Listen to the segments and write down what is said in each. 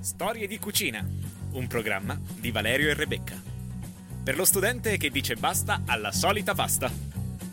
Storie di cucina, un programma di Valerio e Rebecca. Per lo studente che dice basta alla solita pasta.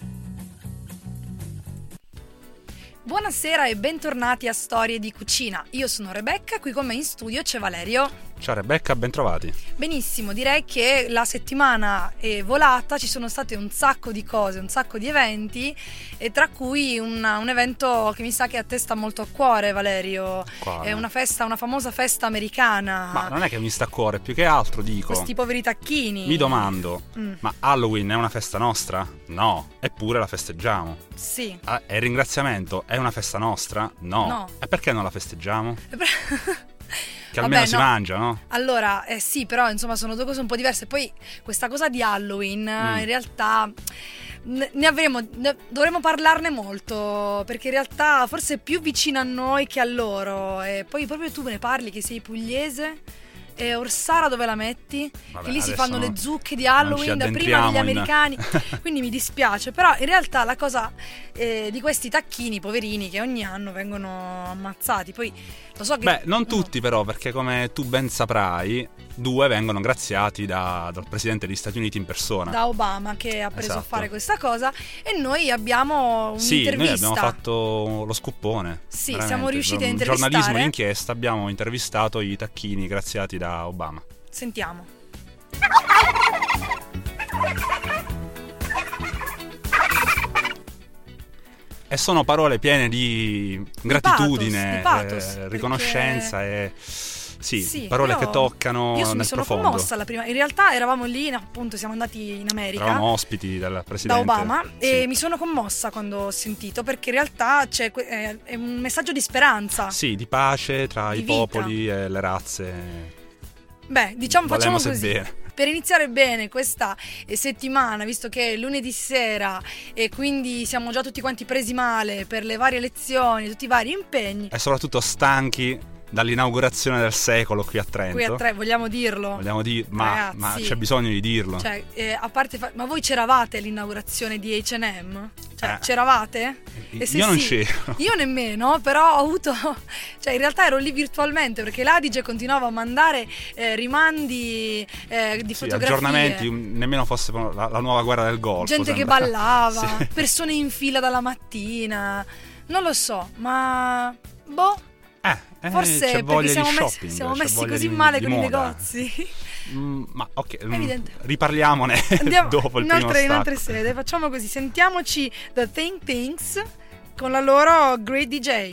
Buonasera e bentornati a Storie di cucina. Io sono Rebecca, qui con me in studio c'è Valerio. Ciao Rebecca, bentrovati. Benissimo, direi che la settimana è volata, ci sono state un sacco di cose, un sacco di eventi, e tra cui un evento che mi sa che a te sta molto a cuore, Valerio. Quale? È una famosa festa americana. Ma non è che mi sta a cuore, più che altro dico, questi poveri tacchini. mi domando, ma Halloween è una festa nostra? No, eppure la festeggiamo. Sì. E il ringraziamento è una festa nostra? No. E perché non la festeggiamo? Che almeno si mangia, no? Allora, sì, però insomma sono due cose un po' diverse. Poi questa cosa di Halloween, in realtà dovremmo parlarne molto, perché in realtà forse è più vicina a noi che a loro. E poi proprio tu me ne parli che sei pugliese. E Orsara dove la metti? Vabbè, che lì si fanno le zucche di Halloween da prima degli americani. Quindi mi dispiace. Però in realtà la cosa di questi tacchini poverini che ogni anno vengono ammazzati. Poi lo so che non tutti però, perché come tu ben saprai, 2 vengono graziati dal presidente degli Stati Uniti in persona, da Obama, che ha preso esatto. a fare questa cosa. E noi abbiamo un'intervista. Sì, noi abbiamo fatto lo scoppone. Sì, veramente. siamo riusciti a Un intervistare. giornalismo d'inchiesta, abbiamo intervistato i tacchini graziati da Obama. Sentiamo. E sono parole piene di gratitudine, di pathos, riconoscenza perché... Sì, parole che toccano nel profondo. Io mi sono commossa la prima. In realtà eravamo lì, appunto, siamo andati in America. Eravamo ospiti del presidente. Da Obama, e mi sono commossa quando ho sentito, perché in realtà è un messaggio di speranza. Sì, di pace tra i vita. popoli e le razze. Beh, diciamo, facciamo così. Bene. Per iniziare bene questa settimana, visto che è lunedì sera e quindi siamo già tutti quanti presi male per le varie lezioni, tutti i vari impegni. E soprattutto stanchi dall'inaugurazione del secolo qui a Trento. Qui a Trento, vogliamo dirlo? Ma c'è bisogno di dirlo. Cioè, a parte ma voi c'eravate all'inaugurazione di H&M? Cioè, c'eravate? E se io non sì, c'ero. Io nemmeno, però ho avuto... Cioè, in realtà ero lì virtualmente, perché l'Adige continuava a mandare rimandi di fotografie. Aggiornamenti, nemmeno fosse la nuova guerra del Golfo. Gente che ballava, persone in fila dalla mattina. Non lo so, ma... forse perché siamo messi così male con i negozi. Ma ok, evidente. Riparliamone dopo il primo stacco. In altre sede, facciamo così, sentiamoci The Think Things con la loro Great DJ.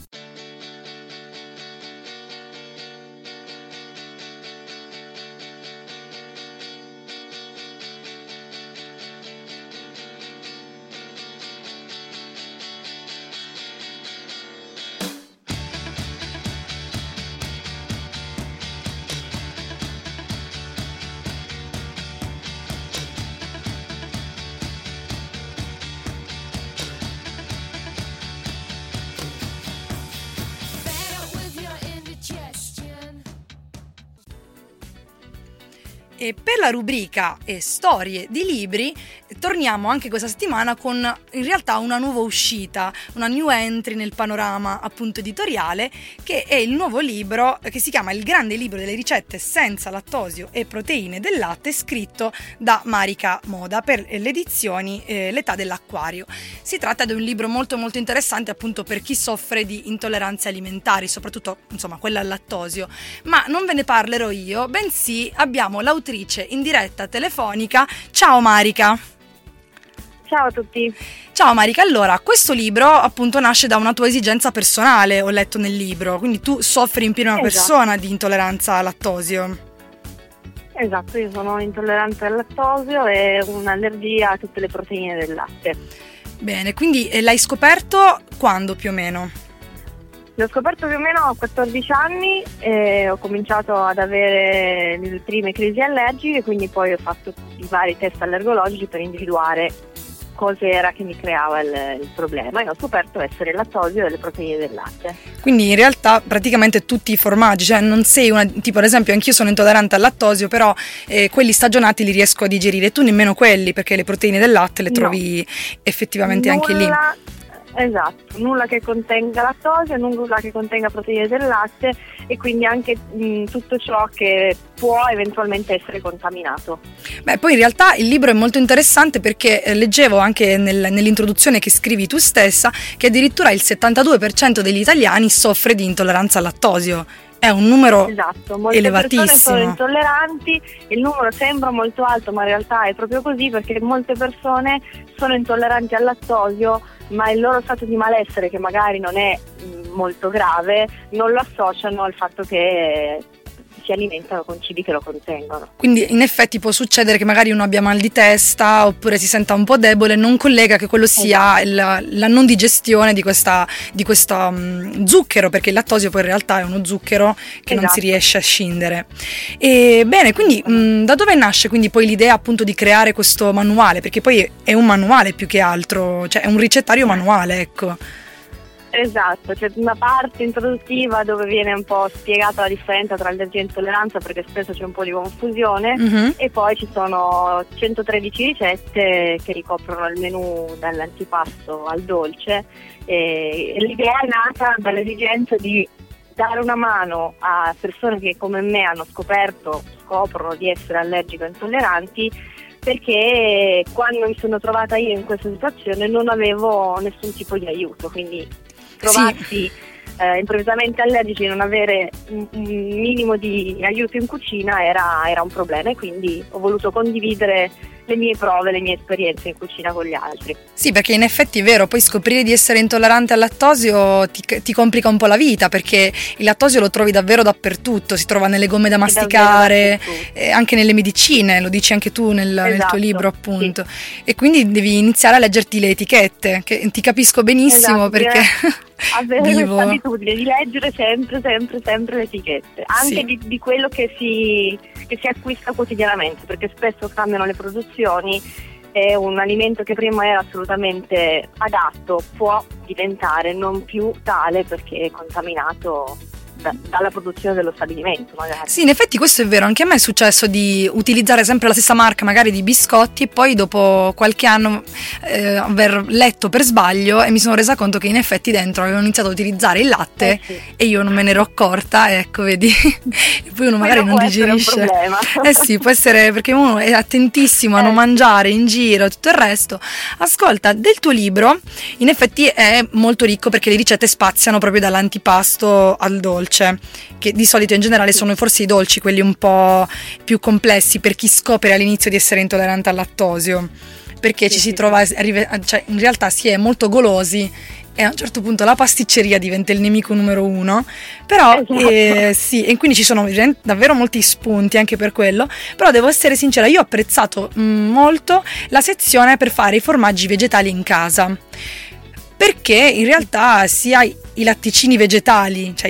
E per la rubrica storie di libri torniamo anche questa settimana con in realtà una nuova uscita, una new entry nel panorama appunto editoriale, che è il nuovo libro che si chiama Il grande libro delle ricette senza lattosio e proteine del latte, scritto da Marica Moda per le edizioni L'età dell'acquario. Si tratta di un libro molto molto interessante appunto per chi soffre di intolleranze alimentari, soprattutto insomma quella al lattosio, ma non ve ne parlerò io, bensì abbiamo l'autrice in diretta telefonica. Ciao Marica. Ciao a tutti. Ciao Marica, allora questo libro appunto nasce da una tua esigenza personale, ho letto nel libro, quindi tu soffri in prima persona di intolleranza al lattosio. Esatto, io sono intollerante al lattosio e un'allergia a tutte le proteine del latte. Bene, quindi l'hai scoperto quando più o meno? L'ho scoperto più o meno a 14 anni e ho cominciato ad avere le prime crisi allergiche, quindi poi ho fatto i vari test allergologici per individuare cos'era che mi creava il problema, e ho scoperto essere il lattosio e le proteine del latte. Quindi in realtà praticamente tutti i formaggi, cioè non sei una, tipo ad esempio anch'io sono intollerante al lattosio, però quelli stagionati li riesco a digerire, tu nemmeno quelli, perché le proteine del latte le trovi effettivamente anche lì. Esatto, nulla che contenga lattosio, nulla che contenga proteine del latte e quindi anche tutto ciò che può eventualmente essere contaminato. Beh, poi in realtà il libro è molto interessante perché leggevo anche nell'introduzione che scrivi tu stessa che addirittura il 72% degli italiani soffre di intolleranza al lattosio. È un numero elevatissimo. Molte persone sono intolleranti, il numero sembra molto alto ma in realtà è proprio così perché molte persone sono intolleranti al lattosio ma il loro stato di malessere, che magari non è molto grave, non lo associano al fatto che si alimentano con cibi che lo contengono. Quindi in effetti può succedere che magari uno abbia mal di testa oppure si senta un po' debole, non collega che quello sia la non digestione di questo zucchero, perché il lattosio poi in realtà è uno zucchero che non si riesce a scindere. E bene, quindi da dove nasce quindi poi l'idea appunto di creare questo manuale? Perché poi è un manuale più che altro, cioè è un ricettario manuale, ecco. Esatto, c'è una parte introduttiva dove viene un po' spiegata la differenza tra allergia e intolleranza perché spesso c'è un po' di confusione e poi ci sono 113 ricette che ricoprono il menù dall'antipasto al dolce e l'idea è nata dall'esigenza di dare una mano a persone che come me scoprono di essere allergiche o intolleranti, perché quando mi sono trovata io in questa situazione non avevo nessun tipo di aiuto, quindi trovarsi improvvisamente allergici e non avere un minimo di aiuto in cucina era un problema e quindi ho voluto condividere le mie prove, le mie esperienze in cucina con gli altri. Sì, perché in effetti è vero, poi scoprire di essere intollerante al lattosio ti complica un po' la vita, perché il lattosio lo trovi davvero dappertutto, si trova nelle gomme da masticare, anche nelle medicine, lo dici anche tu nel tuo libro appunto, e quindi devi iniziare a leggerti le etichette, che ti capisco benissimo perché avere questa abitudine di leggere sempre le etichette, anche di quello che si acquista quotidianamente, perché spesso cambiano le produzioni e un alimento che prima era assolutamente adatto può diventare non più tale perché è contaminato dalla produzione dello stabilimento magari. Sì, in effetti questo è vero, anche a me è successo di utilizzare sempre la stessa marca magari di biscotti e poi dopo qualche anno aver letto per sbaglio e mi sono resa conto che in effetti dentro avevo iniziato a utilizzare il latte e io non me ne ero accorta, ecco vedi, e poi uno magari non digerisce. Un problema. Sì, può essere perché uno è attentissimo a non mangiare in giro e tutto il resto. Ascolta, del tuo libro in effetti è molto ricco perché le ricette spaziano proprio dall'antipasto al dolce, che di solito in generale sono forse i dolci quelli un po' più complessi per chi scopre all'inizio di essere intollerante al lattosio, perché ci si trova, cioè in realtà si è molto golosi e a un certo punto la pasticceria diventa il nemico numero uno, però sì, e quindi ci sono davvero molti spunti anche per quello, però devo essere sincera, io ho apprezzato molto la sezione per fare i formaggi vegetali in casa, perché in realtà sia i latticini vegetali, cioè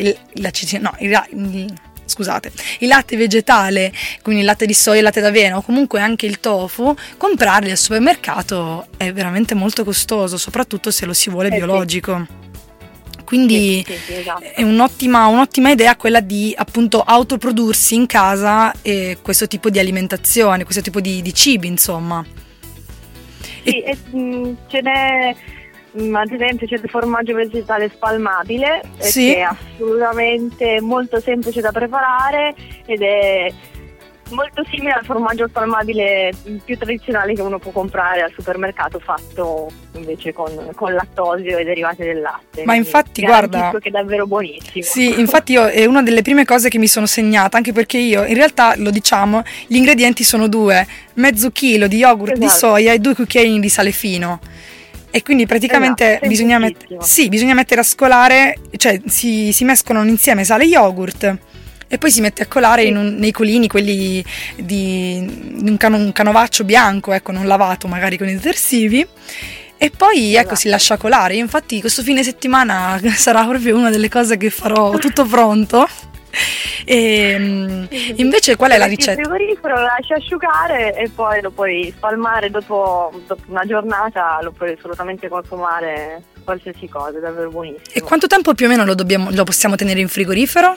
il latte vegetale, quindi il latte di soia, il latte d'avena o comunque anche il tofu, comprarli al supermercato è veramente molto costoso, soprattutto se lo si vuole biologico. Quindi esatto. È un'ottima idea quella di appunto autoprodursi in casa questo tipo di alimentazione, questo tipo di cibi, insomma. Sì, ce n'è. Ad esempio c'è il formaggio vegetale spalmabile che è assolutamente molto semplice da preparare ed è molto simile al formaggio spalmabile più tradizionale che uno può comprare al supermercato, fatto invece con lattosio e derivati del latte. Ma infatti guarda che è davvero buonissimo. Sì, infatti io è una delle prime cose che mi sono segnata, anche perché io in realtà lo diciamo, gli ingredienti sono 2, mezzo chilo di yogurt di soia e 2 cucchiaini di sale fino. E quindi praticamente bisogna mettere a scolare, cioè si mescolano insieme sale e yogurt e poi si mette a colare nei colini, quelli di un canovaccio bianco, ecco, non lavato magari con i detersivi, e poi si lascia colare. Io infatti questo fine settimana sarà proprio una delle cose che farò tutto pronto. E invece qual è la ricetta? Il frigorifero lo lasci asciugare e poi lo puoi spalmare dopo una giornata, lo puoi assolutamente consumare qualsiasi cosa, è davvero buonissimo. E quanto tempo più o meno lo possiamo tenere in frigorifero?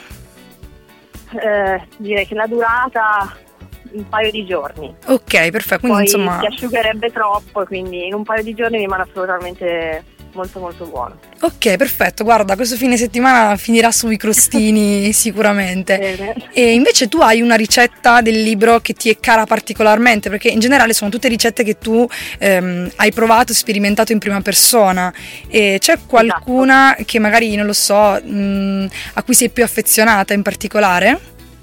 Direi che la durata un paio di giorni. Ok, perfetto. Quindi poi insomma si asciugherebbe troppo, quindi in un paio di giorni rimane assolutamente molto molto buono. Ok, perfetto, guarda, questo fine settimana finirà sui crostini sicuramente. Bene. E invece tu hai una ricetta del libro che ti è cara particolarmente, perché in generale sono tutte ricette che tu hai provato e sperimentato in prima persona, e c'è qualcuna che magari, non lo so, a cui sei più affezionata in particolare?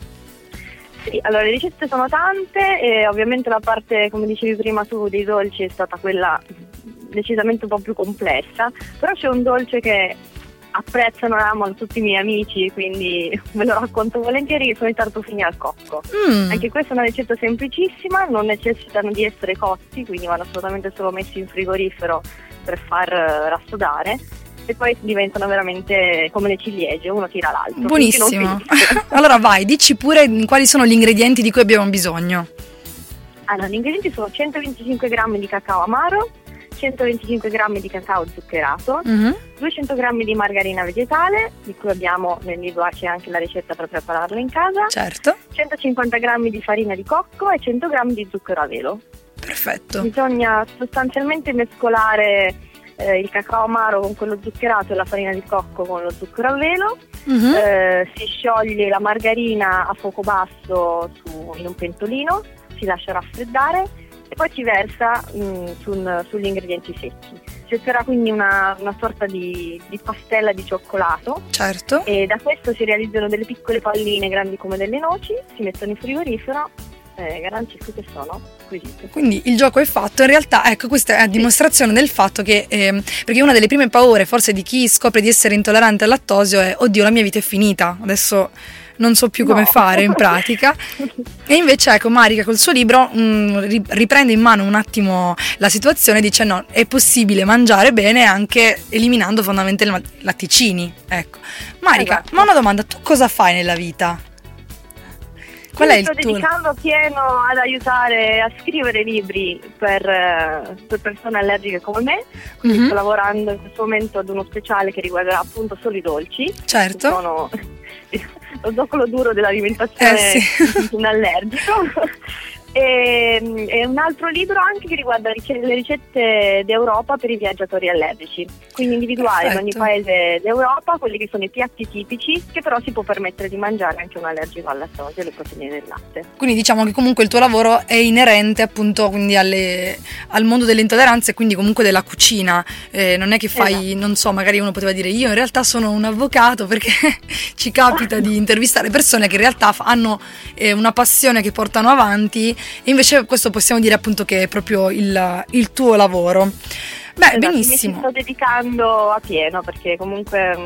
Sì, allora le ricette sono tante e ovviamente la parte, come dicevi prima tu, dei dolci è stata quella decisamente un po' più complessa, però c'è un dolce che apprezzano e amano tutti i miei amici, quindi ve lo racconto volentieri, che sono i tartufini al cocco. Anche questa è una ricetta semplicissima, non necessitano di essere cotti, quindi vanno assolutamente solo messi in frigorifero per far rassodare, e poi diventano veramente come le ciliegie, uno tira l'altro. Buonissimo. Allora vai, dici pure quali sono gli ingredienti di cui abbiamo bisogno. Allora, gli ingredienti sono 125 g di cacao amaro, 125 g di cacao zuccherato, 200 g di margarina vegetale, di cui abbiamo nel libro, c'è anche la ricetta per prepararlo in casa, certo, 150 g di farina di cocco e 100 g di zucchero a velo. Perfetto. Bisogna sostanzialmente mescolare il cacao amaro con quello zuccherato e la farina di cocco con lo zucchero a velo. Si scioglie la margarina a fuoco basso in un pentolino, si lascia raffreddare e poi si versa sugli ingredienti secchi. Si otterrà quindi una sorta di pastella di cioccolato. Certo. E da questo si realizzano delle piccole palline grandi come delle noci, si mettono in frigorifero. Garantisco che sono squisite. Quindi il gioco è fatto. In realtà, ecco, questa è a dimostrazione del fatto che perché una delle prime paure forse di chi scopre di essere intollerante al lattosio è: oddio, la mia vita è finita, adesso non so più come fare in pratica. E invece, ecco, Marica col suo libro riprende in mano un attimo la situazione e dice: no, è possibile mangiare bene anche eliminando fondamentalmente i latticini. Ecco, Marica, ma una domanda: tu cosa fai nella vita? Qual è il tuo? Sto dedicando pieno ad aiutare a scrivere libri per persone allergiche come me. Quindi sto lavorando in questo momento ad uno speciale che riguarderà appunto solo i dolci. Certo. Sono lo zoccolo duro dell'alimentazione di un allergico. E un altro libro anche che riguarda le ricette d'Europa per i viaggiatori allergici, quindi individuare in ogni paese d'Europa quelli che sono i piatti tipici che però si può permettere di mangiare anche un allergico al lattosio e alle proteine del latte. Quindi diciamo che comunque il tuo lavoro è inerente appunto quindi al mondo delle intolleranze e quindi comunque della cucina, non è che fai, non so, magari uno poteva dire: io in realtà sono un avvocato, perché ci capita di intervistare persone che in realtà hanno una passione che portano avanti. E invece questo possiamo dire appunto che è proprio il tuo lavoro. Beh, benissimo. Mi sto dedicando a pieno perché comunque è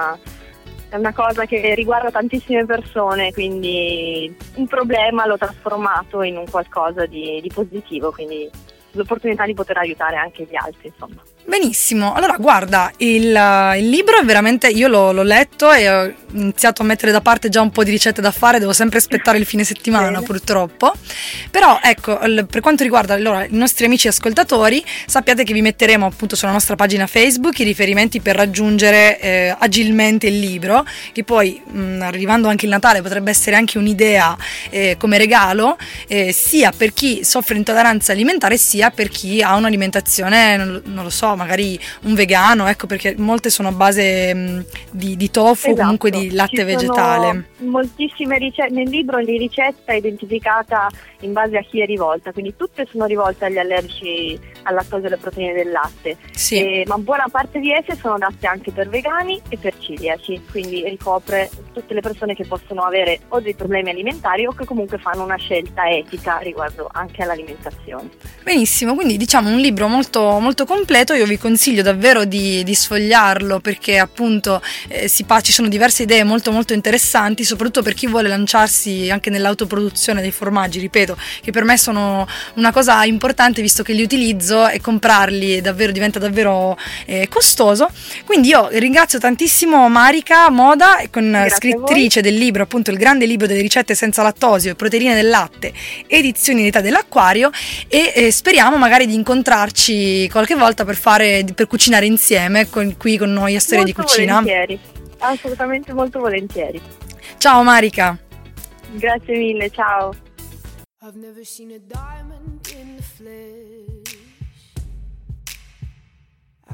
una cosa che riguarda tantissime persone, quindi un problema l'ho trasformato in un qualcosa di positivo, quindi l'opportunità di poter aiutare anche gli altri, insomma. Benissimo, allora guarda, il libro è veramente, io l'ho letto e ho iniziato a mettere da parte già un po' di ricette da fare, devo sempre aspettare il fine settimana purtroppo, però ecco, per quanto riguarda allora i nostri amici ascoltatori, sappiate che vi metteremo appunto sulla nostra pagina Facebook i riferimenti per raggiungere agilmente il libro, che poi arrivando anche il Natale potrebbe essere anche un'idea come regalo, sia per chi soffre intolleranza alimentare sia per chi ha un'alimentazione, non lo so, magari un vegano, ecco, perché molte sono a base di tofu, comunque di latte vegetale. Moltissime ricette nel libro, di ricetta identificata in base a chi è rivolta, quindi tutte sono rivolte agli allergici al lattosio e alle proteine del latte, ma buona parte di esse sono adatte anche per vegani e per celiaci, quindi ricopre tutte le persone che possono avere o dei problemi alimentari o che comunque fanno una scelta etica riguardo anche all'alimentazione. Benissimo, quindi diciamo un libro molto, molto completo. Io vi consiglio davvero di sfogliarlo perché appunto ci sono diverse idee molto molto interessanti, soprattutto per chi vuole lanciarsi anche nell'autoproduzione dei formaggi, ripeto, che per me sono una cosa importante visto che li utilizzo e comprarli diventa davvero costoso. Quindi io ringrazio tantissimo Marica Moda, scrittrice del libro, appunto il grande libro delle ricette senza lattosio e proteine del latte, edizioni L'età dell'acquario, e speriamo magari di incontrarci qualche volta per cucinare insieme qui con noi a Storie di Cucina. Volentieri, assolutamente molto volentieri. Ciao Marica. Grazie mille, ciao. I've never seen a diamond in the flesh. I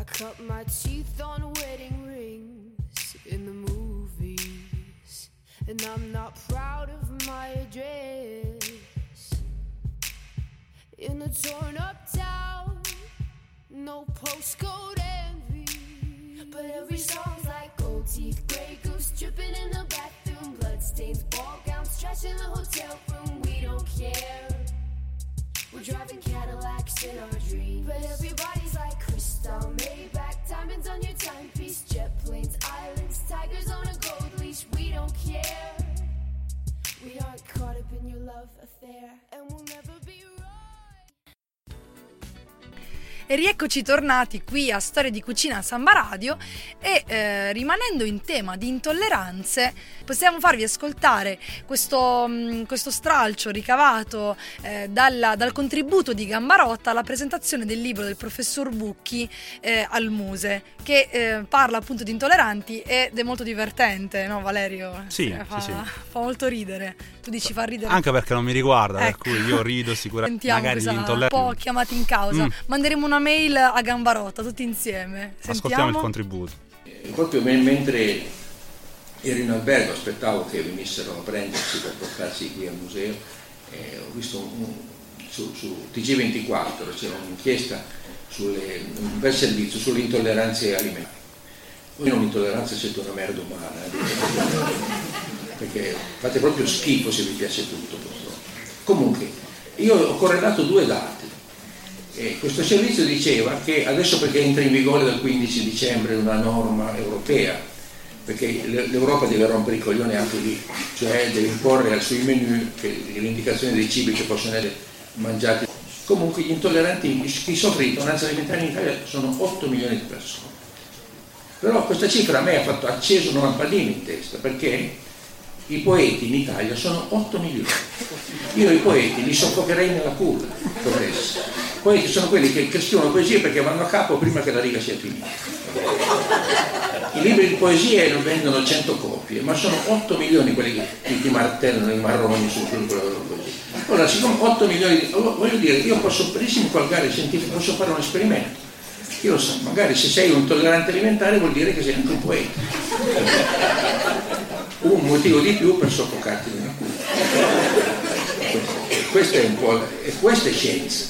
cut my teeth on wedding rings in the movies, and I'm not proud of my address. In a torn up town, no postcode envy, but every song's like gold teeth, grey goose dripping in the bathroom, bloodstains, ball gowns, trash in the hotel room. We don't care, we're driving Cadillacs in our dreams, but everybody's like crystal, Maybach, diamonds on your timepiece, jet planes, islands, tigers on a gold leash. We don't care, we aren't caught up in your love affair, and we'll never be right. E rieccoci tornati qui a Storie di Cucina Samba Radio e rimanendo in tema di intolleranze possiamo farvi ascoltare questo stralcio ricavato dal contributo di Gambarotta alla presentazione del libro del professor Bucchi al Muse, che parla appunto di intolleranti ed è molto divertente, no Valerio? Sì, fa molto ridere. Tu dici fa ridere? Anche perché non mi riguarda, ecco. Per cui io rido sicuramente. Sentiamo Magari gli un intolleranti. po' chiamati in causa. Manderemo una mail a Gambarotta tutti insieme. Sentiamo. Ascoltiamo il contributo. Proprio mentre ero in albergo, aspettavo che venissero a prendersi per portarsi qui al museo, ho visto su TG24 c'era un'inchiesta un bel servizio sulle intolleranze alimentari. Poi un'intolleranza siete una merda umana, perché fate proprio schifo se vi piace tutto. Comunque, io ho correlato 2 dati. Questo servizio diceva che adesso, perché entra in vigore dal 15 dicembre una norma europea, perché l'Europa deve rompere i coglioni anche lì, cioè deve imporre sui menù l'indicazione dei cibi che possono essere mangiati. Comunque gli intolleranti, chi soffre di intolleranza alimentare in Italia sono 8 milioni di persone. Però questa cifra a me ha acceso una lampadina in testa, perché i poeti in Italia sono 8 milioni. Io i poeti li soffocherei nella culla, dovessi. I poeti sono quelli che scrivono poesie perché vanno a capo prima che la riga sia finita. I libri di poesie non vendono 100 copie, ma sono 8 milioni quelli che ti martellano i marroni su quella loro poesia. Allora, siccome 8 milioni, voglio dire, io posso benissimo colgare scientifico, posso fare un esperimento. Io lo so, magari se sei un intollerante alimentare vuol dire che sei anche un poeta. Un motivo di più per soffocarti nella culla. Questo è un po', questa è scienza,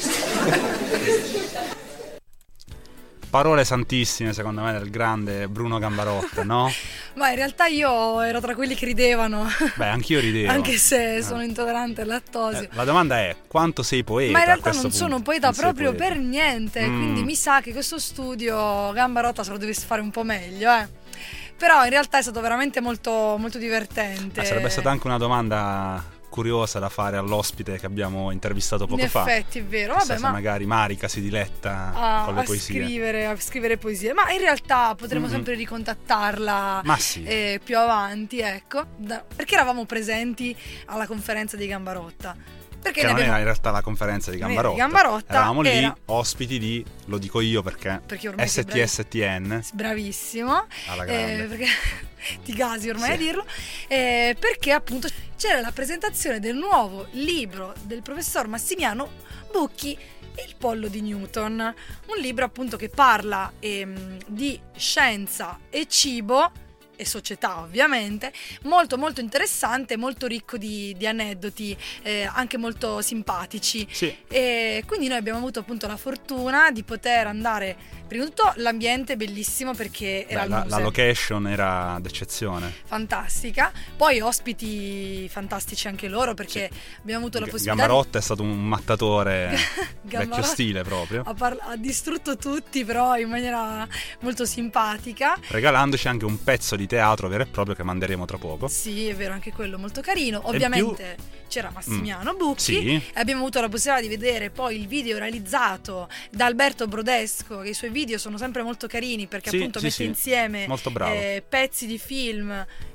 Parole santissime secondo me del grande Bruno Gambarotta, no? Ma in realtà io ero tra quelli che ridevano. Beh, anch'io ridevo. Anche se sono intollerante al lattosio. La domanda è: quanto sei poeta? Ma in realtà a questo non punto? sono poeta non proprio poeta. per niente. Quindi mi sa che questo studio Gambarotta se lo dovesse fare un po' meglio, Però in realtà è stato veramente molto, molto divertente. Sarebbe stata anche una domanda curiosa da fare all'ospite che abbiamo intervistato poco fa. In effetti è vero. Chissà Vabbè, se magari Marica si diletta con le poesie. A scrivere poesie. Ma in realtà potremo sempre ricontattarla più avanti, ecco, perché eravamo presenti alla conferenza di Gambarotta. Perché non era in realtà la conferenza di Gambarotta. Eravamo lì ospiti di, lo dico io perché ormai STSTN. Bravissimo. Alla grande. Perché ti gasi ormai a dirlo. Perché appunto c'era la presentazione del nuovo libro del professor Massimiano Bucchi, Il pollo di Newton, un libro appunto che parla di scienza e cibo e società, ovviamente, molto molto interessante, molto ricco di aneddoti, anche molto simpatici. Sì. E quindi noi abbiamo avuto appunto la fortuna di poter andare, prima di tutto l'ambiente bellissimo perché era la location era d'eccezione, fantastica, poi ospiti fantastici anche loro, perché abbiamo avuto la possibilità. Gambarotta è stato un mattatore vecchio stile proprio, ha distrutto tutti, però in maniera molto simpatica, regalandoci anche un pezzo di teatro vero e proprio che manderemo tra poco. Sì, è vero, anche quello molto carino. Ovviamente c'era Massimiano Bucchi, e abbiamo avuto la possibilità di vedere poi il video realizzato da Alberto Brodesco, che i suoi video sono sempre molto carini perché appunto mette insieme pezzi di film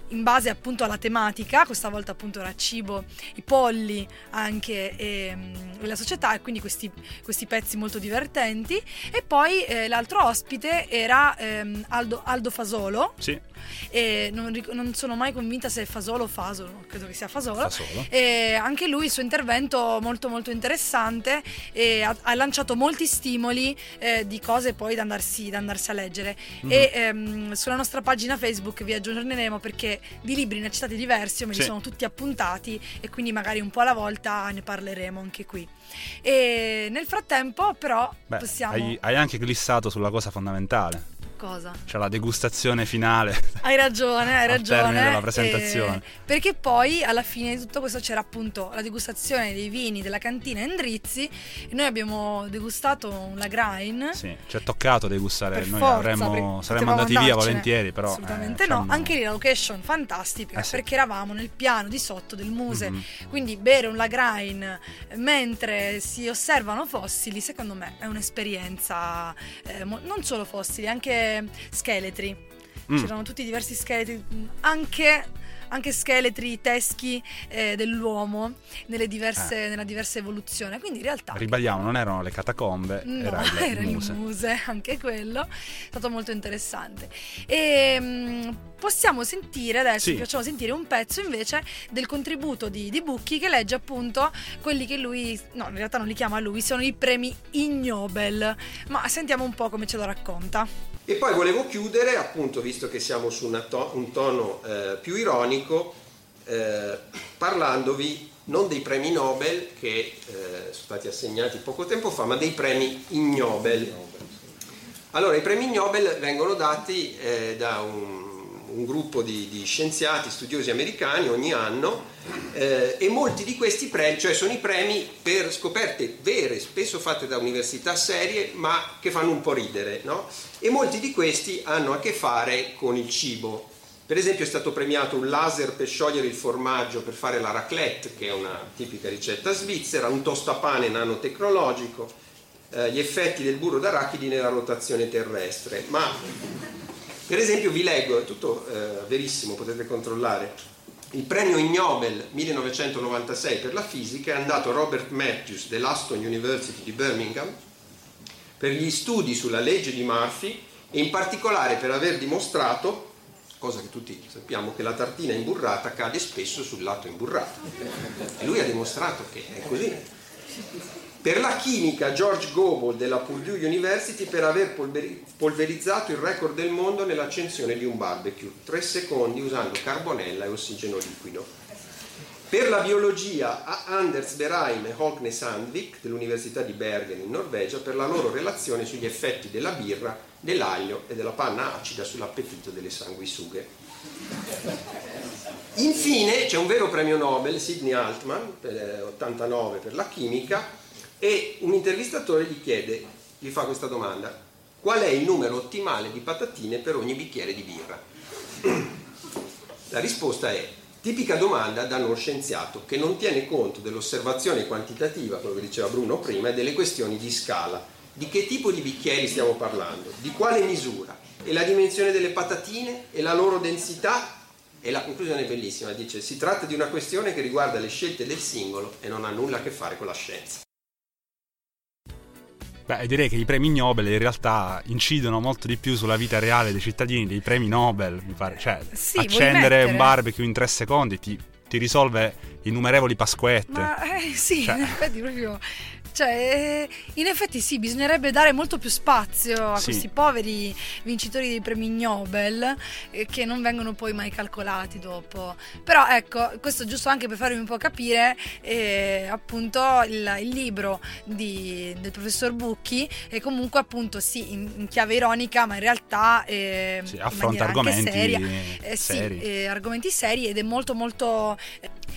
in base appunto alla tematica. Questa volta appunto era cibo, i polli anche e la società, e quindi questi pezzi molto divertenti. E poi l'altro ospite era Aldo Fasolo. Sì. E non sono mai convinta se è Fasolo o Fasolo, credo che sia Fasolo. E anche lui, il suo intervento molto molto interessante, e ha lanciato molti stimoli di cose poi da andarsi a leggere. E sulla nostra pagina Facebook vi aggiorneremo, perché di libri ne citati diversi, io me li sono tutti appuntati, e quindi magari un po' alla volta ne parleremo anche qui. E nel frattempo però possiamo... Hai anche glissato sulla cosa fondamentale. Cosa? Cioè la degustazione finale. Hai ragione. Al termine della presentazione. Perché poi alla fine di tutto questo c'era appunto la degustazione dei vini della cantina Endrizzi, e noi abbiamo degustato un Lagrein. Sì, ci è toccato degustare, per noi forza, saremmo andati via volentieri, però assolutamente no. Anche lì la location fantastica, perché eravamo nel piano di sotto del Muse, quindi bere un Lagrein mentre si osservano fossili, secondo me è un'esperienza, non solo fossili, anche scheletri. C'erano tutti diversi scheletri, anche scheletri teschi dell'uomo nella diversa evoluzione, quindi in realtà ribadiamo, non erano le catacombe, era il Muse, anche quello è stato molto interessante. E possiamo sentire adesso, vi facciamo sentire un pezzo invece del contributo di Bucchi, che legge appunto quelli che lui, no, in realtà non li chiama lui, sono i premi Ig Nobel, ma sentiamo un po' come ce lo racconta. E poi volevo chiudere, appunto, visto che siamo su un tono più ironico, parlandovi non dei premi Nobel che sono stati assegnati poco tempo fa, ma dei premi Ig Nobel. Allora, i premi Ig Nobel vengono dati da un gruppo di scienziati, studiosi americani ogni anno, e molti di questi premi, cioè sono i premi per scoperte vere, spesso fatte da università serie, ma che fanno un po' ridere, no? E molti di questi hanno a che fare con il cibo. Per esempio è stato premiato un laser per sciogliere il formaggio per fare la raclette, che è una tipica ricetta svizzera, un tostapane nanotecnologico, gli effetti del burro d'arachidi nella rotazione terrestre. Ma per esempio vi leggo, è tutto verissimo, potete controllare. Il premio Ig Nobel 1996 per la fisica è andato a Robert Matthews dell'Aston University di Birmingham per gli studi sulla legge di Murphy, e in particolare per aver dimostrato, cosa che tutti sappiamo, che la tartina imburrata cade spesso sul lato imburrato, e lui ha dimostrato che è così. Per la chimica George Gobel della Purdue University per aver polverizzato il record del mondo nell'accensione di un barbecue, 3 secondi usando carbonella e ossigeno liquido. Per la biologia Anders Berheim e Hogne Sandvik dell'Università di Bergen in Norvegia per la loro relazione sugli effetti della birra, dell'aglio e della panna acida sull'appetito delle sanguisughe. Infine c'è un vero premio Nobel, Sidney Altman, 89 per la chimica, e un intervistatore gli fa questa domanda: qual è il numero ottimale di patatine per ogni bicchiere di birra? La risposta è: tipica domanda da non scienziato, che non tiene conto dell'osservazione quantitativa, quello che diceva Bruno prima, e delle questioni di scala. Di che tipo di bicchieri stiamo parlando? Di quale misura? E la dimensione delle patatine? E la loro densità? E la conclusione è bellissima, dice: si tratta di una questione che riguarda le scelte del singolo e non ha nulla a che fare con la scienza. Beh, direi che i premi Nobel in realtà incidono molto di più sulla vita reale dei cittadini dei premi Nobel, mi pare. Cioè, sì, accendere un barbecue in 3 secondi ti risolve innumerevoli pasquette. Ma sì, cioè, in effetti proprio... Cioè, in effetti sì, bisognerebbe dare molto più spazio a questi poveri vincitori dei premi Nobel che non vengono poi mai calcolati dopo. Però ecco, questo giusto anche per farvi un po' capire appunto il libro del professor Bucchi è comunque appunto sì in chiave ironica, ma in realtà affronta argomenti seria, seri. Argomenti seri, ed è molto molto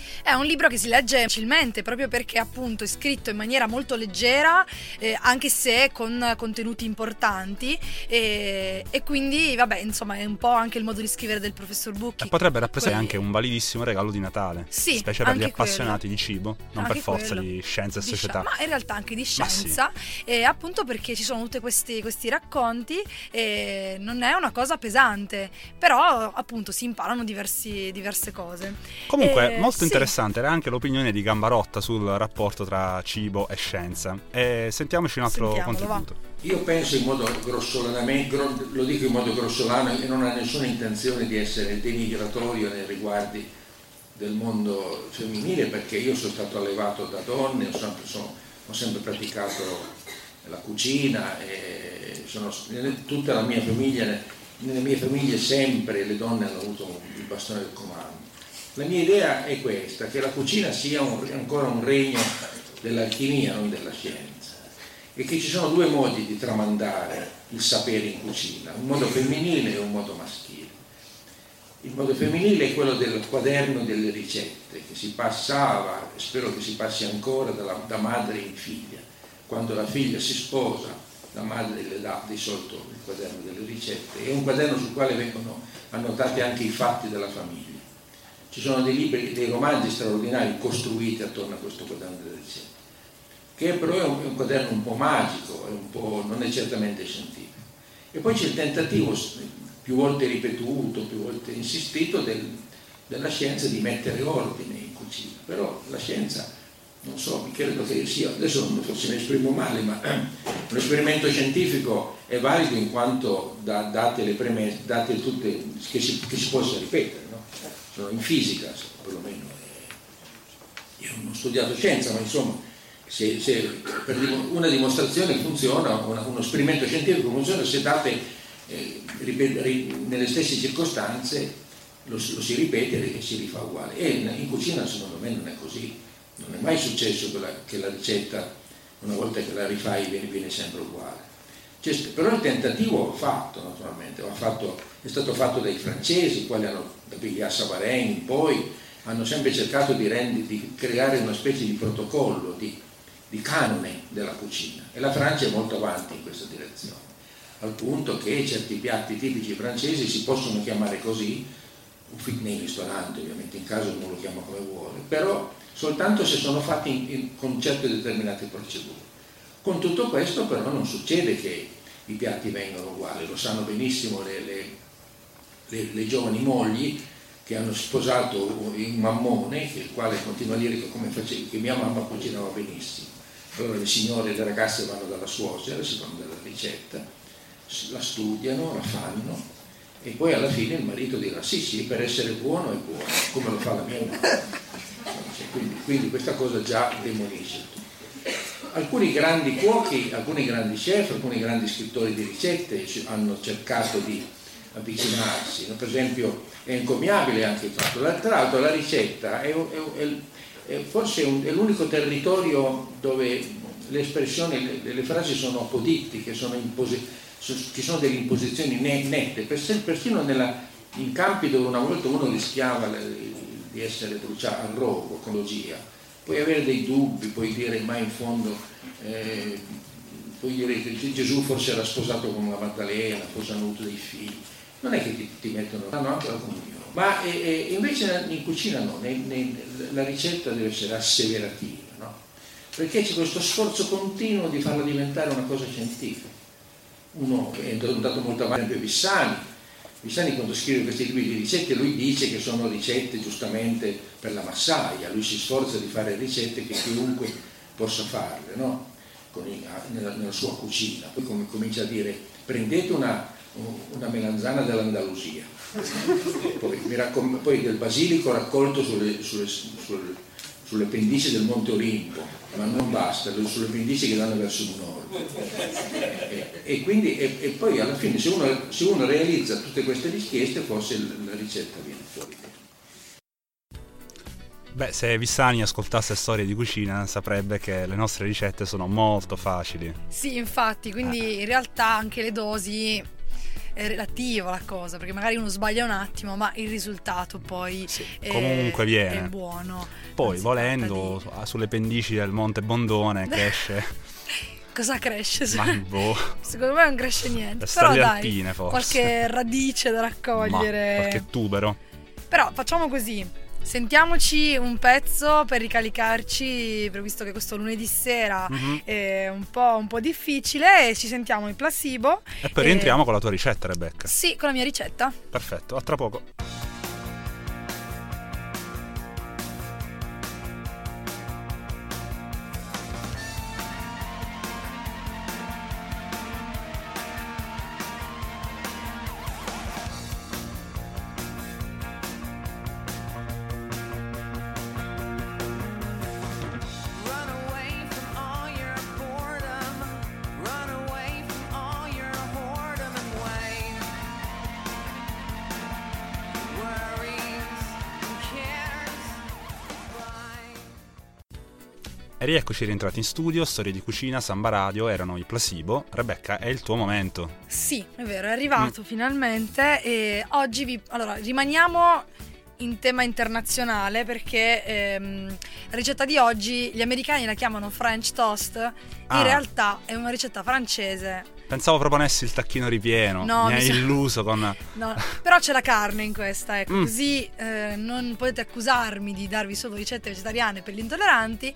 È un libro che si legge facilmente, proprio perché appunto è scritto in maniera molto leggera, anche se con contenuti importanti, e quindi vabbè, insomma, è un po' anche il modo di scrivere del professor Bucchi. E potrebbe rappresentare anche un validissimo regalo di Natale, sì, specie per gli appassionati di cibo, non anche per forza quello. di scienza e società. Ma in realtà anche di scienza, sì. Appunto perché ci sono tutti questi racconti, e non è una cosa pesante, però appunto si imparano diverse cose. Comunque molto sì. interessante era anche l'opinione di Gambarotta sul rapporto tra cibo e scienza. Sentiamoci un altro contributo. Va. Io penso in modo grossolanamente, lo dico in modo grossolano, e non ho nessuna intenzione di essere denigratorio nei riguardi del mondo femminile, perché io sono stato allevato da donne, ho sempre praticato la cucina, e tutta la mia famiglia, nelle mie famiglie sempre le donne hanno avuto il bastone del comando. La mia idea è questa, che la cucina sia ancora un regno dell'alchimia, non della scienza, e che ci sono due modi di tramandare il sapere in cucina, un modo femminile e un modo maschile. Il modo femminile è quello del quaderno delle ricette, che si passava, e spero che si passi ancora, da madre in figlia. Quando la figlia si sposa, la madre le dà di solito il quaderno delle ricette, è un quaderno sul quale vengono annotati anche i fatti della famiglia. Ci sono dei libri, dei romanzi straordinari costruiti attorno a questo quaderno delle ricette, che però è un quaderno un po' magico, non è certamente scientifico. E poi c'è il tentativo, più volte ripetuto, più volte insistito, della scienza di mettere ordine in cucina. Però la scienza, non so, mi credo che sia, adesso forse mi esprimo male, ma un esperimento scientifico è valido in quanto date le premesse, date tutte, che si possa ripetere, no? Sono in fisica, perlomeno. Io non ho studiato scienza, ma insomma, se per una dimostrazione funziona, uno esperimento scientifico funziona se date nelle stesse circostanze, lo si ripete e si rifà uguale. E in cucina secondo me non è così. Non è mai successo che la ricetta, una volta che la rifai, viene sempre uguale. Però il tentativo fatto, naturalmente, è stato fatto dai francesi, i quali hanno, da Piglia-Savarin in poi, hanno sempre cercato di creare una specie di protocollo, di canone della cucina. E la Francia è molto avanti in questa direzione, al punto che certi piatti tipici francesi si possono chiamare così, nei ristoranti ovviamente, in casa uno lo chiama come vuole, però soltanto se sono fatti con certe determinate procedure. Con tutto questo però non succede che i piatti vengano uguali, lo sanno benissimo le giovani mogli che hanno sposato un mammone, il quale continua a dire che mia mamma cucinava benissimo. Allora le signore e le ragazze vanno dalla suocera, si fanno della ricetta, la studiano, la fanno, e poi alla fine il marito dirà sì, per essere buono è buono, come lo fa la mia mamma. Quindi questa cosa già demolisce tutto. Alcuni grandi cuochi, alcuni grandi chef, alcuni grandi scrittori di ricette hanno cercato di avvicinarsi, no? Per esempio è encomiabile anche il fatto, tra l'altro la ricetta è forse è l'unico territorio dove le espressioni, le frasi sono apodittiche, ci sono delle imposizioni nette, persino in campi dove una volta uno rischiava di essere bruciato al rogo, con logia, puoi avere dei dubbi, puoi dire ma in fondo puoi dire che Gesù forse era sposato con la Maddalena, forse hanno avuto dei figli, non è che ti mettono, hanno anche la comunione, ma invece in cucina no, la ricetta deve essere asseverativa, no? Perché c'è questo sforzo continuo di farla diventare una cosa scientifica. Uno è andato molto avanti, per esempio Vissani quando scrive questi libri di ricette, lui dice che sono ricette giustamente per la massaia, lui si sforza di fare ricette che chiunque possa farle, no? Nella sua cucina. Poi comincia a dire prendete una melanzana dell'Andalusia, poi del basilico raccolto sulle pendici del Monte Olimpo, ma non basta, sulle pendici che danno verso il nord. E poi alla fine se uno realizza tutte queste richieste, forse la ricetta viene fuori. Beh, se Vissani ascoltasse storie di cucina saprebbe che le nostre ricette sono molto facili. Sì, infatti, quindi in realtà anche le dosi è relativo la cosa, perché magari uno sbaglia un attimo, ma il risultato poi comunque viene. È buono. Poi volendo sulle pendici del Monte Bondone cresce. Cosa cresce? Secondo me non cresce niente. Però dai, alpine, forse. Qualche radice da raccogliere. Qualche tubero. Però facciamo così. Sentiamoci un pezzo per ricaricarci, visto che questo lunedì sera è un po' difficile, e ci sentiamo in Placebo. E poi rientriamo con la tua ricetta, Rebecca. Sì, con la mia ricetta. Perfetto, a tra poco. E rieccoci rientrati in studio, Storie di Cucina, Samba Radio, erano i Placebo. Rebecca, è il tuo momento. Sì, è vero, è arrivato finalmente, e oggi rimaniamo in tema internazionale, perché la ricetta di oggi gli americani la chiamano French toast, in realtà è una ricetta francese. Pensavo proponessi il tacchino ripieno, mi hai illuso con... No, però c'è la carne in questa, ecco, così non potete accusarmi di darvi solo ricette vegetariane per gli intolleranti.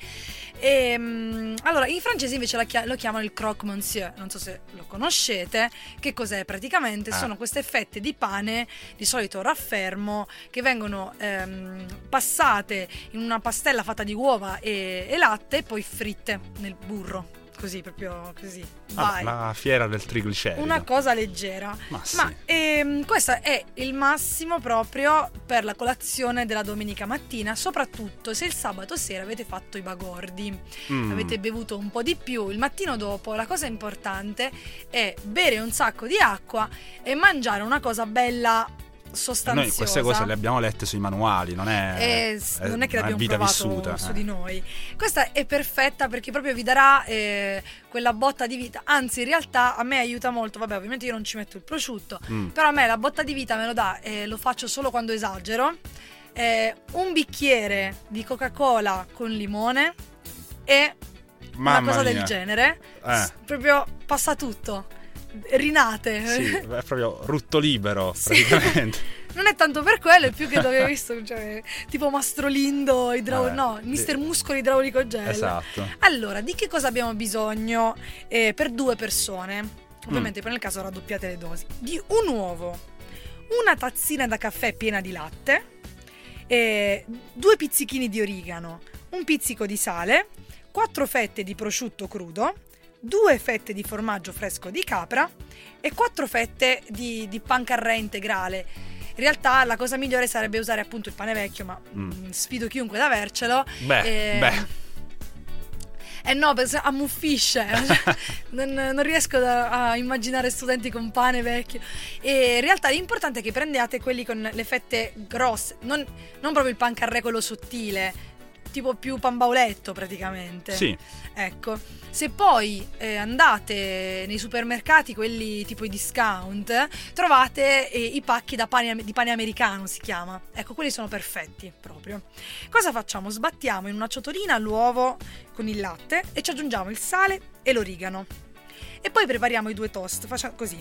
Allora, in francese invece lo chiamano il croque monsieur, non so se lo conoscete. Che cos'è praticamente? Sono queste fette di pane, di solito raffermo, che vengono passate in una pastella fatta di uova e latte, e poi fritte nel burro. Così, proprio così. Vai. La fiera del triglicerido. Una cosa leggera. Ma questo è il massimo proprio per la colazione della domenica mattina, soprattutto se il sabato sera avete fatto i bagordi, avete bevuto un po' di più. Il mattino dopo la cosa importante è bere un sacco di acqua e mangiare una cosa bella sostanziosa. Noi queste cose le abbiamo lette sui manuali, non è che l'abbiamo vita provato vissuta su di noi. Questa è perfetta perché proprio vi darà quella botta di vita. Anzi, in realtà a me aiuta molto. Vabbè, ovviamente io non ci metto il prosciutto, però a me la botta di vita me lo dà, lo faccio solo quando esagero. Un bicchiere di Coca-Cola con limone e una cosa del genere, proprio passa tutto. Rinate. Sì, è proprio rutto libero praticamente. Non è tanto per quello, è più che dove hai visto, cioè, tipo Mastrolindo Mister Muscolo idraulico gel. Esatto. Allora, di che cosa abbiamo bisogno per 2 persone? Ovviamente poi nel caso raddoppiate le dosi. Di un uovo, una tazzina da caffè piena di latte, 2 pizzichini di origano, un pizzico di sale, 4 fette di prosciutto crudo, 2 fette di formaggio fresco di capra e 4 fette di pancarré integrale. In realtà la cosa migliore sarebbe usare appunto il pane vecchio, ma sfido chiunque ad avercelo. No, ammuffisce. non riesco a immaginare studenti con pane vecchio. E in realtà l'importante è che prendiate quelli con le fette grosse, non proprio il pancarré quello sottile, tipo più pambauletto praticamente. Sì. Ecco, se poi andate nei supermercati, quelli tipo i discount, trovate i pacchi di pane americano, si chiama. Ecco, quelli sono perfetti proprio. Cosa facciamo? Sbattiamo in una ciotolina l'uovo con il latte e ci aggiungiamo il sale e l'origano. E poi prepariamo i 2 toast. Facciamo così: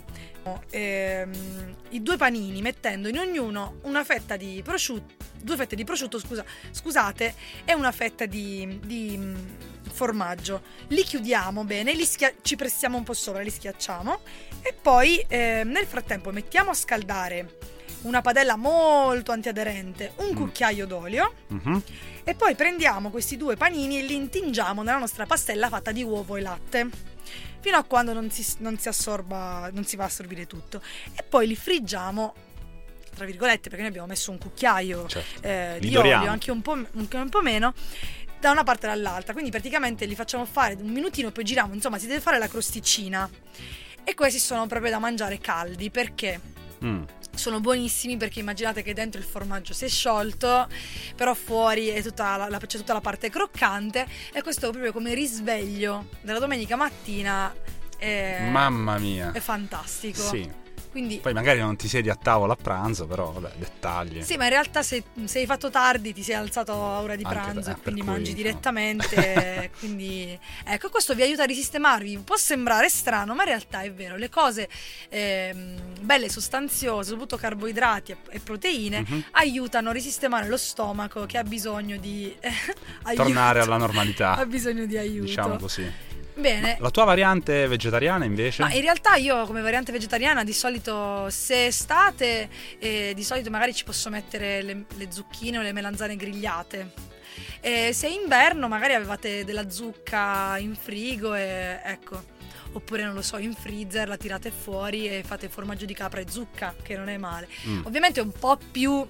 i 2 panini, mettendo in ognuno una fetta di prosciutto, 2 fette di prosciutto, scusate, e una fetta di formaggio. Li chiudiamo bene, ci pressiamo un po' sopra, li schiacciamo, e poi nel frattempo mettiamo a scaldare una padella molto antiaderente, un cucchiaio d'olio, e poi prendiamo questi 2 panini e li intingiamo nella nostra pastella fatta di uovo e latte, fino a quando non si va a assorbire tutto, e poi li friggiamo, tra virgolette, perché noi abbiamo messo un cucchiaio di olio, anche un po' meno, da una parte e dall'altra, quindi praticamente li facciamo fare un minutino e poi giriamo, insomma si deve fare la crosticina. E questi sono proprio da mangiare caldi, perché sono buonissimi, perché immaginate che dentro il formaggio si è sciolto, però fuori è c'è tutta la parte croccante, e questo proprio come risveglio della domenica mattina mamma mia, è fantastico. sì. Quindi Poi magari non ti siedi a tavola a pranzo, però vabbè, dettagli. sì, ma in realtà se hai fatto tardi ti sei alzato a ora di Anche pranzo e per quindi cui, mangi no. direttamente. Quindi ecco, questo vi aiuta a risistemarvi. Può sembrare strano, ma in realtà è vero. Le cose belle, sostanziose, soprattutto carboidrati e proteine, aiutano a risistemare lo stomaco che ha bisogno di aiuto. Tornare alla normalità, Ha bisogno di aiuto. diciamo così. Bene. La tua variante vegetariana invece? Ma in realtà io come variante vegetariana di solito, se è estate, di solito magari ci posso mettere le zucchine o le melanzane grigliate. E se è inverno magari avevate della zucca in frigo e ecco, oppure non lo so, in freezer la tirate fuori e fate formaggio di capra e zucca, che non è male. Ovviamente è un po' più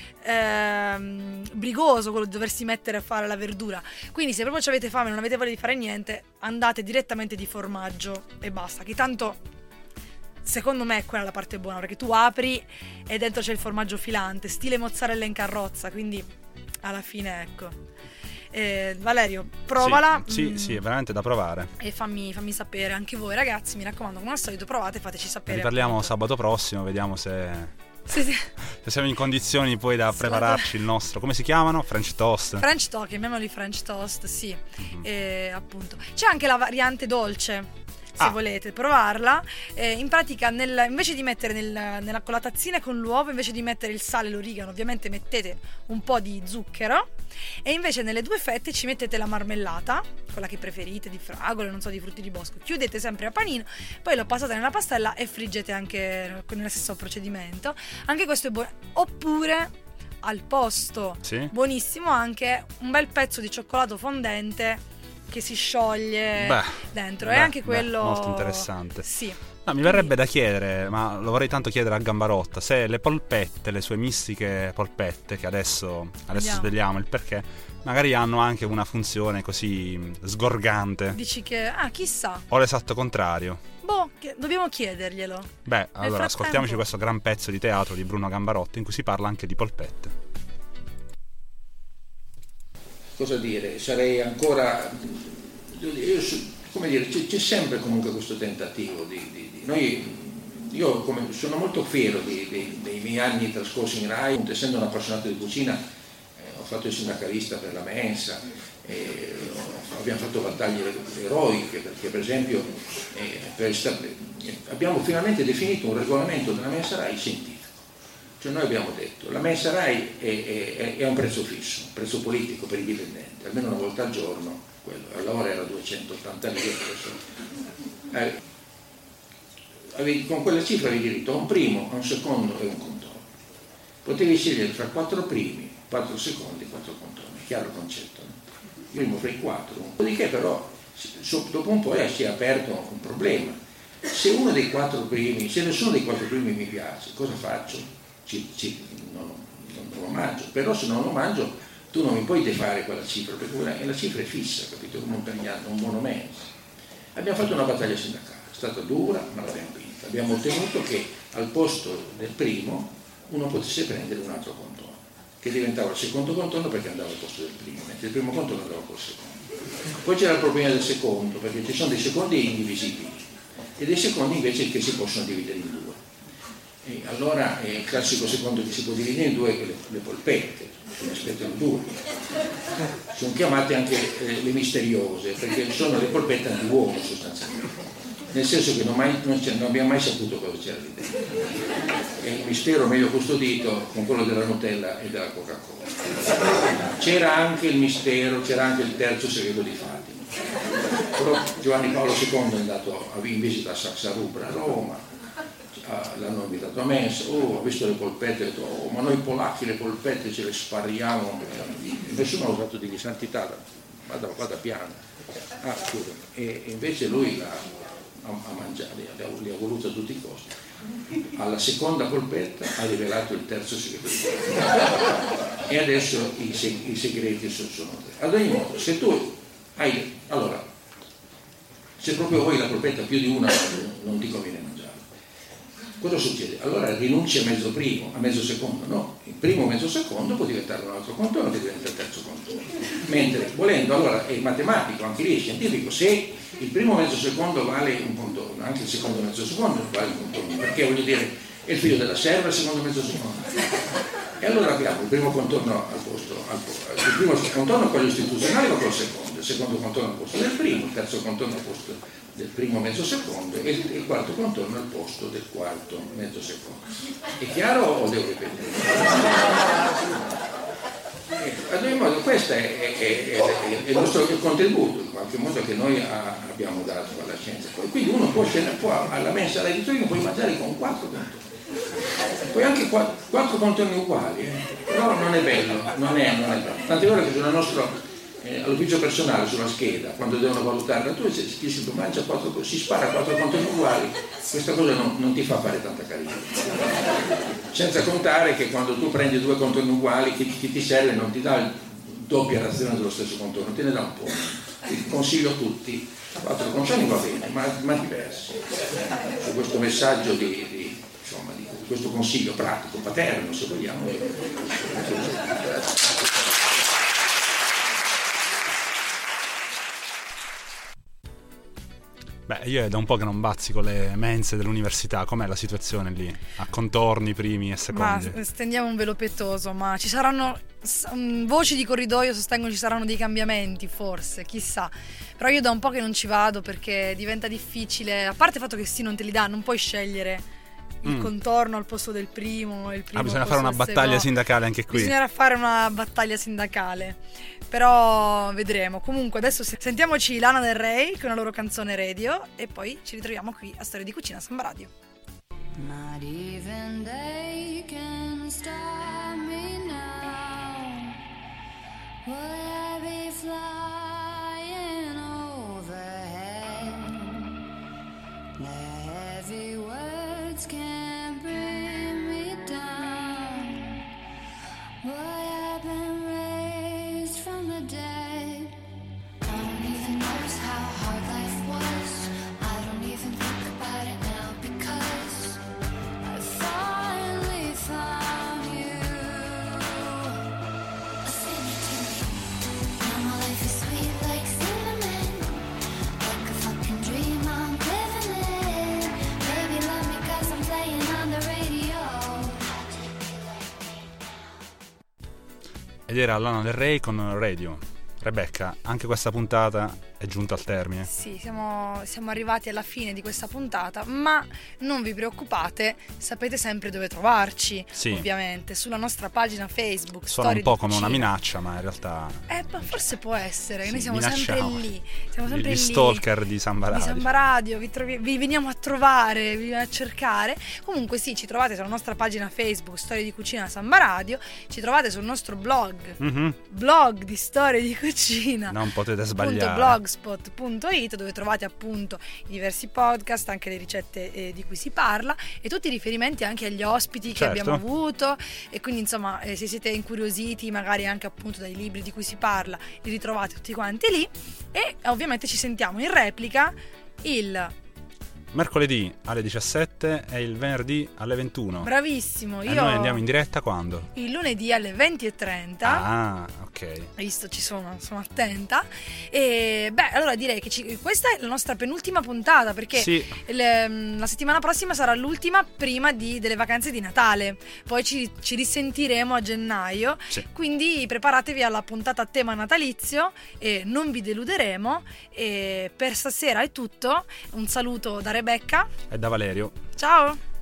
brigoso quello di doversi mettere a fare la verdura, quindi se proprio ci avete fame e non avete voglia di fare niente, andate direttamente di formaggio e basta, che tanto secondo me è quella la parte buona, perché tu apri e dentro c'è il formaggio filante, stile mozzarella in carrozza, quindi alla fine ecco. Valerio, provala. Sì, è veramente da provare. E fammi sapere anche voi ragazzi, mi raccomando, come al solito provate, fateci sapere. Ne parliamo appunto. sabato prossimo, vediamo se Sì. se siamo in condizioni poi da prepararci il nostro, come si chiamano? French toast. French toast, chiamiamoli French toast, sì. Appunto. C'è anche la variante dolce, se volete provarla. In pratica invece di mettere con la tazzina con l'uovo, invece di mettere il sale e l'origano, ovviamente mettete un po' di zucchero, e invece nelle 2 fette ci mettete la marmellata, quella che preferite, di fragole, non so, di frutti di bosco. Chiudete sempre a panino, poi lo passate nella pastella e friggete anche con lo stesso procedimento. Anche questo è buono. Oppure al posto, Sì. buonissimo anche un bel pezzo di cioccolato fondente che si scioglie dentro. E anche quello molto interessante. Sì. No, mi verrebbe da chiedere, ma lo vorrei tanto chiedere a Gambarotta, se le polpette, le sue mistiche polpette, che adesso svegliamo il perché, magari hanno anche una funzione così sgorgante. Dici che, chissà. O l'esatto contrario. Dobbiamo chiederglielo. Beh, allora frattempo, ascoltiamoci questo gran pezzo di teatro di Bruno Gambarotta in cui si parla anche di polpette. Cosa dire? Sarei ancora... come dire, c'è sempre comunque questo tentativo io sono molto fiero dei miei anni trascorsi in Rai, essendo un appassionato di cucina, ho fatto il sindacalista per la mensa, abbiamo fatto battaglie eroiche, perché per esempio abbiamo finalmente definito un regolamento della mensa Rai scientifico. Cioè noi abbiamo detto la mensa Rai è un prezzo fisso, un prezzo politico per i dipendenti, almeno una volta al giorno, quello allora era 280 lire. Con quella cifra avevi diritto a un primo, a un secondo e un contorno. Potevi scegliere fra 4 primi, 4 secondi e 4 contorni, chiaro il concetto, no? Io mi offrì 4, dopodiché però dopo un po' si è aperto un problema. Se nessuno dei 4 primi mi piace, cosa faccio? Non lo mangio, però se non lo mangio tu non mi puoi defare quella cifra, perché la cifra è fissa, capito? Come un buono mens. Abbiamo fatto una battaglia sindacale, è stata dura ma l'abbiamo vinta. Abbiamo ottenuto che al posto del primo uno potesse prendere un altro contorno, che diventava il secondo contorno perché andava al posto del primo, mentre il primo contorno andava col secondo. Poi c'era il problema del secondo, perché ci sono dei secondi indivisibili e dei secondi invece che si possono dividere in 2. E allora il classico secondo che si può dividere in 2 è le polpette, che ne aspettano 2. Sono chiamate anche le misteriose, perché sono le polpette anti-uomo sostanzialmente, nel senso che non abbiamo mai saputo cosa c'era lì dentro. È un mistero meglio custodito con quello della Nutella e della Coca-Cola. C'era anche il mistero, c'era anche il terzo segreto di Fatima. Però Giovanni Paolo II è andato in visita a Saxa Rubra a Roma, l'hanno invitato a messa, ha visto le polpette, ha detto, ma noi polacchi le polpette ce le spariamo, nessuno ha usato di santità, vada piano. Scusa. E invece lui a mangiare, li ha voluto a tutti i costi. Alla seconda polpetta ha rivelato il terzo segreto di Fatima. E adesso i segreti sono 3. Ad ogni modo, se tu hai, allora, se proprio vuoi la polpetta più di una, non ti conviene mangiare. Cosa succede? Allora rinunci a mezzo primo, a mezzo secondo, no? Il primo mezzo secondo può diventare un altro contorno che diventa il terzo contorno. Mentre volendo, allora è matematico, anche lì è scientifico, se il primo mezzo secondo vale un contorno, anche il secondo mezzo secondo vale un contorno, perché voglio dire, e il figlio della serva al secondo mezzo secondo. E allora abbiamo il primo contorno al posto, il primo contorno quello istituzionale va col secondo, il secondo contorno al posto del primo, il terzo contorno al posto del primo mezzo secondo e il quarto contorno al posto del quarto mezzo secondo. È chiaro o devo ripetere? Ad ogni modo questo è il nostro contributo in qualche modo che noi abbiamo dato alla scienza. Quindi uno può alla mensa all'editorio puoi mangiare con 4 contorni. Poi anche 4 contorni uguali, però non è bello, non è bello. Tant'è vero che sulla nostra all'ufficio personale sulla scheda, quando devono valutare, tu si mangia 4, si spara 4 contorni uguali, questa cosa non ti fa fare tanta carità. Senza contare che quando tu prendi 2 contorni uguali, chi ti serve non ti dà doppia razione dello stesso contorno, te ne dà un po'. Ti consiglio a tutti, 4 contorni va bene, ma diversi. Su questo messaggio di questo consiglio pratico, paterno se vogliamo. Beh, io è da un po' che non bazzico le mense dell'università, com'è la situazione lì? A contorni, primi e secondi? Ma stendiamo un velo pietoso, ma ci saranno voci di corridoio sostengono ci saranno dei cambiamenti, forse, chissà. Però io da un po' che non ci vado perché diventa difficile, a parte il fatto che sì, non te li dà, non puoi scegliere il contorno al posto del primo, il primo bisogna fare una battaglia sindacale anche qui. Bisognerà fare una battaglia sindacale, però vedremo. Comunque adesso sentiamoci Lana Del Rey con la loro canzone Radio e poi ci ritroviamo qui a Storie di Cucina Samba Radio. Not even they can stop me now. Will I be flying overhead? The heavy words can't bring me down. Boy, I've been raised from the dead. I don't even notice how hard life was. I don't even think about it now because I finally found you. Listen to me. Now my life is sweet like cinnamon, like a fucking dream I'm living in. Baby, love me 'cause I'm playing on the radio. Ed era Lana Del Rey con Radio. Rebecca, anche questa puntata è giunta al termine. Sì, siamo arrivati alla fine di questa puntata, ma non vi preoccupate, sapete sempre dove trovarci, sì. Ovviamente, sulla nostra pagina Facebook. Suona un po' come una minaccia, ma in realtà... ma forse può essere, sì, noi siamo sempre lì. Siamo sempre gli lì. stalker di Samba Radio. Di Samba Radio, vi veniamo a trovare, vi veniamo a cercare. Comunque sì, ci trovate sulla nostra pagina Facebook, Storie di Cucina Samba Radio, ci trovate sul nostro blog, blog di Storie di Cucina. Non potete sbagliare. Blogspot.it, dove trovate appunto i diversi podcast, anche le ricette di cui si parla e tutti i riferimenti anche agli ospiti che abbiamo avuto, e quindi insomma se siete incuriositi magari anche appunto dai libri di cui si parla li ritrovate tutti quanti lì, e ovviamente ci sentiamo in replica il mercoledì alle 17 e il venerdì alle 21. Bravissimo. E noi andiamo in diretta quando? Il lunedì alle 20:30. Ah, ok. Hai visto, sono attenta. E beh, allora direi che questa è la nostra penultima puntata, perché sì. La settimana prossima sarà l'ultima prima delle vacanze di Natale. Poi ci risentiremo a gennaio. Sì. Quindi preparatevi alla puntata a tema natalizio e non vi deluderemo. E per stasera è tutto. Un saluto da Rebecca e da Valerio. Ciao.